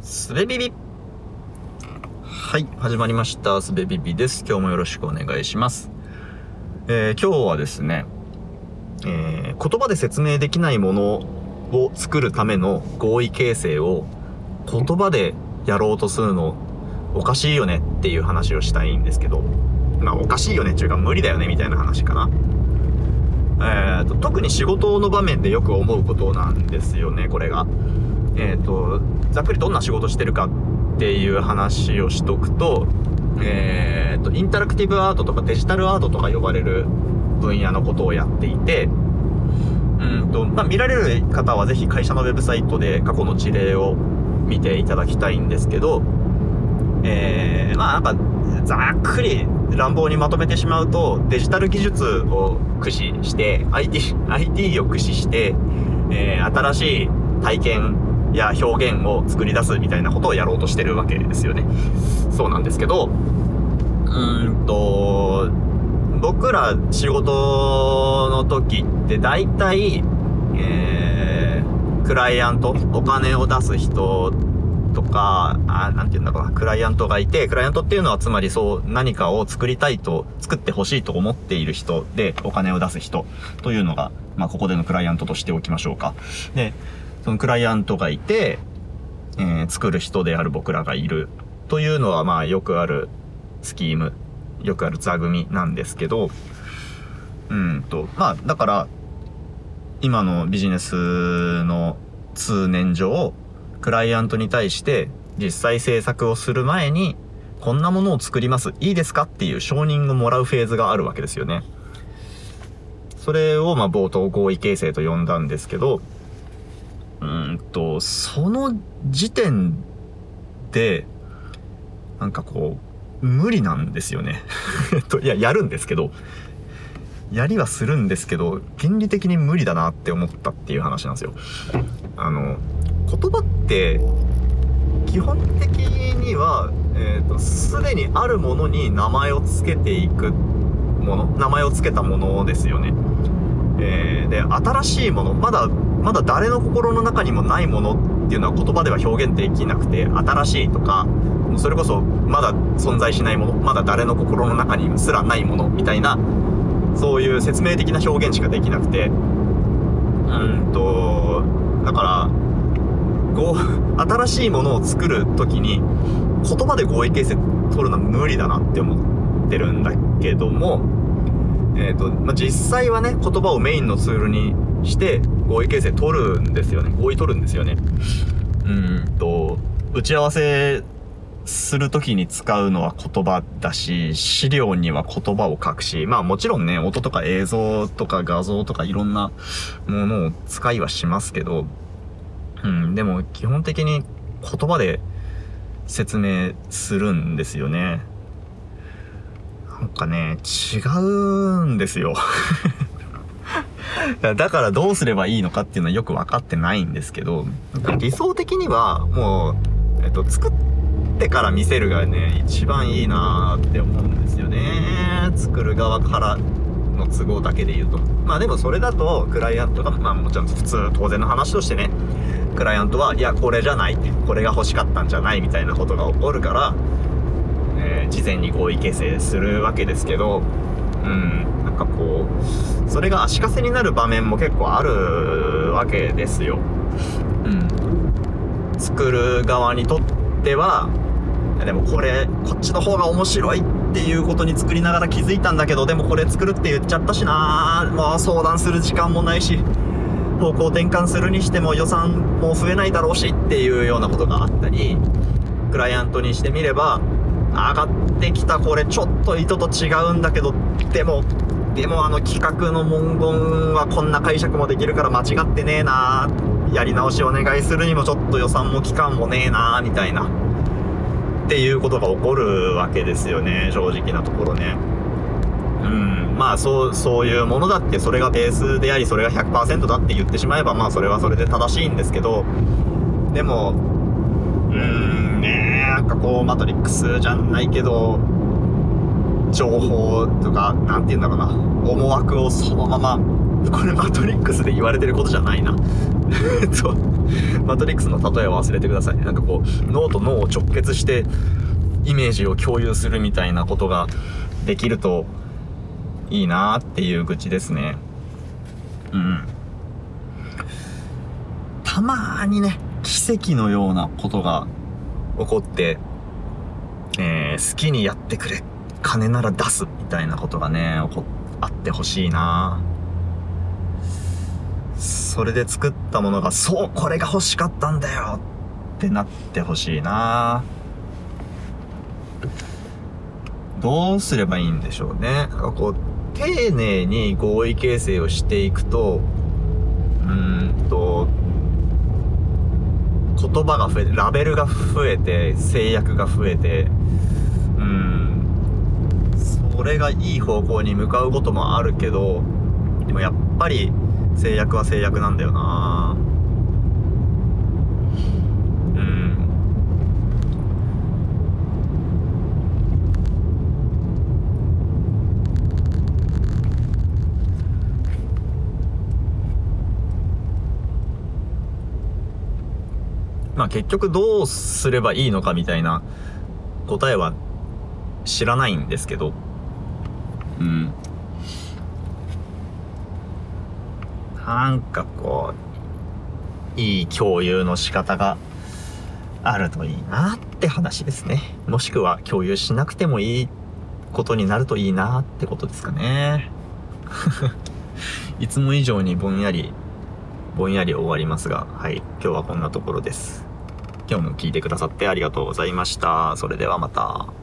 すべビビ。はい、始まりました。すべビビです。今日もよろしくお願いします。今日はですね、言葉で説明できないものを作るための合意形成を言葉でやろうとするのおかしいよねっていう話をしたいんですけど、おかしいよねっていうか無理だよねみたいな話かな。特に仕事の場面でよく思うことなんですよね、これが。ざっくりどんな仕事してるかっていう話をしとくと、インタラクティブアートとかデジタルアートとか呼ばれる分野のことをやっていて、見られる方はぜひ会社のウェブサイトで過去の事例を見ていただきたいんですけど、なんかざっくり乱暴にまとめてしまうと、デジタル技術を駆使して IT を駆使して、新しい体験や表現を作り出すみたいなことをやろうとしてるわけですよね。そうなんですけど、僕ら仕事の時って大体、クライアント、お金を出す人とか、なんていうんだろうな、クライアントがいて、クライアントっていうのはつまり何かを作ってほしいと思っている人で、お金を出す人というのが、ここでのクライアントとしておきましょうか。で、そのクライアントがいて、作る人である僕らがいるというのはよくあるスキーム、よくある座組なんですけど、だから今のビジネスの通念上、クライアントに対して実際制作をする前にこんなものを作ります、いいですかっていう承認をもらうフェーズがあるわけですよね。それを冒頭合意形成と呼んだんですけど、その時点で無理なんですよね。やるんですけど、やりはするんですけど、原理的に無理だなって思ったっていう話なんですよ。言葉って基本的にはすでにあるものに名前をつけていくもの、名前をつけたものですよね。で、新しいもの、まだ誰の心の中にもないものっていうのは言葉では表現できなくて、新しいとか、それこそまだ存在しないもの、まだ誰の心の中にすらないものみたいな、そういう説明的な表現しかできなくて、だから新しいものを作るときに言葉で合意形成取るのは無理だなって思ってるんだけども、実際はね、言葉をメインのツールにして合意形成取るんですよね。合意取るんですよね。打ち合わせするときに使うのは言葉だし、資料には言葉を書くし、もちろんね、音とか映像とか画像とかいろんなものを使いはしますけど、でも基本的に言葉で説明するんですよね。違うんですよ。だからどうすればいいのかっていうのはよく分かってないんですけど、理想的にはもう、作ってから見せるがね、一番いいなーって思うんですよね。作る側からの都合だけで言うと。でもそれだとクライアントが、もちろん普通当然の話としてね、クライアントは、いや、これじゃないって、これが欲しかったんじゃないみたいなことが起こるから、事前に合意形成するわけですけど、それが足かせになる場面も結構あるわけですよ。作る側にとっては、でもこっちの方が面白いっていうことに作りながら気づいたんだけど、でもこれ作るって言っちゃったしな、相談する時間もないし、方向転換するにしても予算も増えないだろうしっていうようなことがあったり、クライアントにしてみれば、上がってきたこれちょっと意図と違うんだけど、でも企画の文言はこんな解釈もできるから間違ってねえな、やり直しお願いするにもちょっと予算も期間もねえなみたいなっていうことが起こるわけですよね、正直なところね。そういうものだって、それがベースであり、それが 100% だって言ってしまえば、それはそれで正しいんですけど、でもマトリックスじゃないけど、情報とか、なんて言うんだろうな、思惑をそのまま、これマトリックスで言われてることじゃないな。 マトリックスの例えは忘れてください。なんかこう脳と脳を直結してイメージを共有するみたいなことができるといいなーっていう愚痴ですね。たまーにね、奇跡のようなことが起こって、好きにやってくれ、金なら出すみたいなことがねあってほしいな。それで作ったものが、そうこれが欲しかったんだよってなってほしいな。どうすればいいんでしょうね。こう丁寧に合意形成をしていくと、言葉が増えて、ラベルが増えて、制約が増えて、それがいい方向に向かうこともあるけど、でもやっぱり制約は制約なんだよな。まあ結局どうすればいいのかみたいな答えは知らないんですけど、なんかこういい共有の仕方があるといいなって話ですね。もしくは共有しなくてもいいことになるといいなってことですかね。いつも以上にぼんやり終わりますが、はい、今日はこんなところです。今日も聞いてくださってありがとうございました。それではまた。